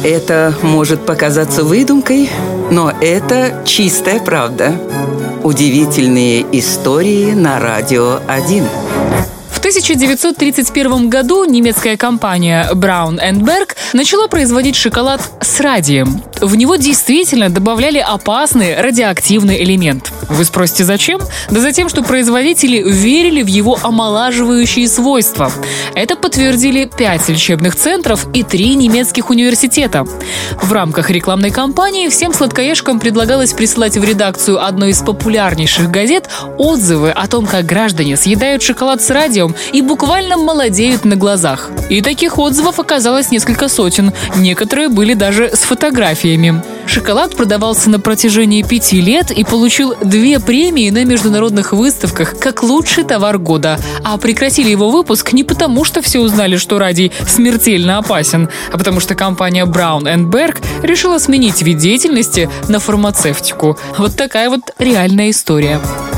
Это может показаться выдумкой, но это чистая правда. Удивительные истории на Радио 1. В 1931 году немецкая компания Braun & Berg начала производить шоколад с радием. В него действительно добавляли опасный радиоактивный элемент. Вы спросите, зачем? Да затем, что производители верили в его омолаживающие свойства. Это подтвердили 5 лечебных центров и 3 немецких университета. В рамках рекламной кампании всем сладкоежкам предлагалось присылать в редакцию одной из популярнейших газет отзывы о том, как граждане съедают шоколад с радием и буквально молодеют на глазах. И таких отзывов оказалось несколько сотен. Некоторые были даже с фотографиями. Шоколад продавался на протяжении 5 лет и получил 2 премии на международных выставках как лучший товар года. А прекратили его выпуск не потому, что все узнали, что радий смертельно опасен, а потому что компания Braun & Berg решила сменить вид деятельности на фармацевтику. Вот такая вот реальная история.